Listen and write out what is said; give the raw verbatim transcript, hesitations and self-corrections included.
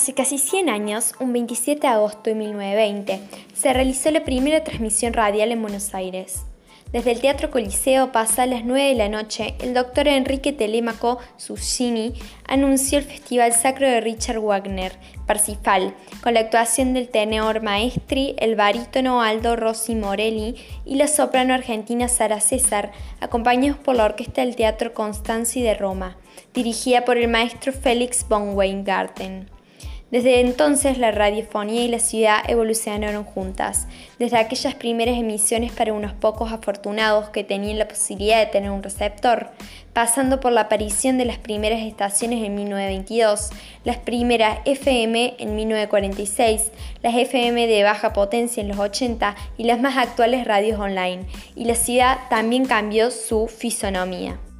Hace casi cien años, un veintisiete de agosto de mil novecientos veinte, se realizó la primera transmisión radial en Buenos Aires. Desde el Teatro Coliseo, pasadas las nueve de la noche, el doctor Enrique Telemaco Susini anunció el Festival Sacro de Richard Wagner, Parsifal, con la actuación del tenor Maestri, el barítono Aldo Rossi Morelli y la soprano argentina Sara César, acompañados por la Orquesta del Teatro Constanzi de Roma, dirigida por el maestro Felix von Weingarten. Desde entonces la radiofonía y la ciudad evolucionaron juntas, desde aquellas primeras emisiones para unos pocos afortunados que tenían la posibilidad de tener un receptor, pasando por la aparición de las primeras estaciones en mil novecientos veintidós, las primeras F M en mil novecientos cuarenta y seis, las F M de baja potencia en los ochenta y las más actuales radios online, y la ciudad también cambió su fisonomía.